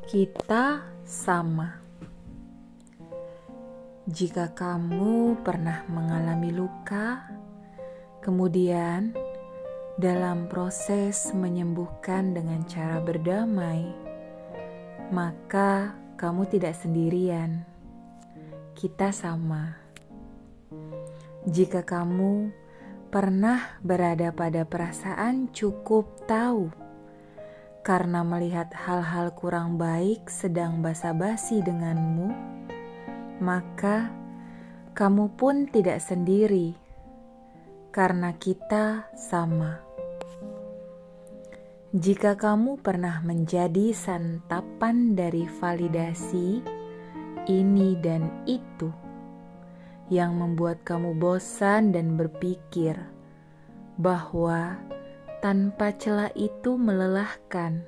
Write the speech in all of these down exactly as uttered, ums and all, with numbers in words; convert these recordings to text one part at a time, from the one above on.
Kita sama. Jika kamu pernah mengalami luka, kemudian dalam proses menyembuhkan dengan cara berdamai, maka kamu tidak sendirian. Kita sama. Jika kamu pernah berada pada perasaan cukup tahu karena melihat hal-hal kurang baik sedang basa-basi denganmu, maka kamu pun tidak sendiri, karena kita sama. Jika kamu pernah menjadi santapan dari validasi ini dan itu, yang membuat kamu bosan dan berpikir bahwa tanpa celah itu melelahkan,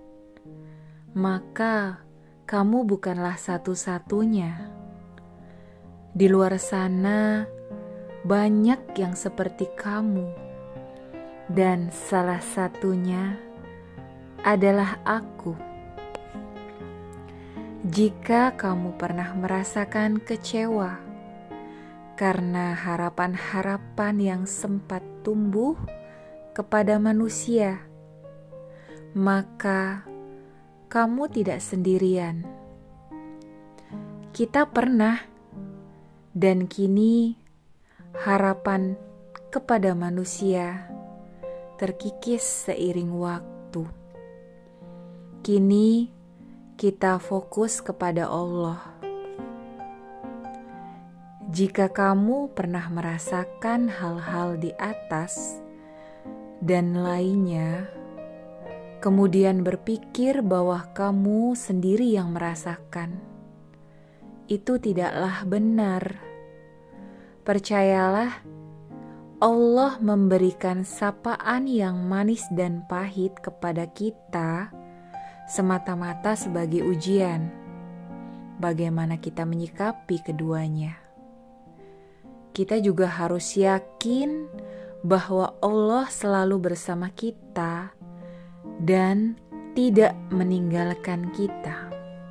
maka kamu bukanlah satu-satunya. Di luar sana banyak yang seperti kamu, dan salah satunya adalah aku. Jika kamu pernah merasakan kecewa karena harapan-harapan yang sempat tumbuh kepada manusia, maka kamu tidak sendirian. Kita pernah, dan kini harapan kepada manusia terkikis seiring waktu. Kini kita fokus kepada Allah. Jika kamu pernah merasakan hal-hal di atas dan lainnya, kemudian berpikir bahwa kamu sendiri yang merasakan, itu tidaklah benar. Percayalah, Allah memberikan sapaan yang manis dan pahit kepada kita semata-mata sebagai ujian. Bagaimana kita menyikapi keduanya? Kita juga harus yakin bahwa Allah selalu bersama kita dan tidak meninggalkan kita.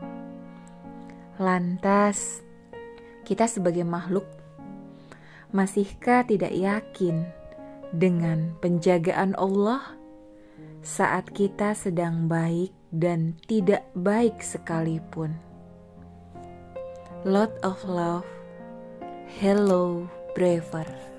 Lantas, kita sebagai makhluk, masihkah tidak yakin dengan penjagaan Allah saat kita sedang baik dan tidak baik sekalipun? Lot of love. Hello, Braver.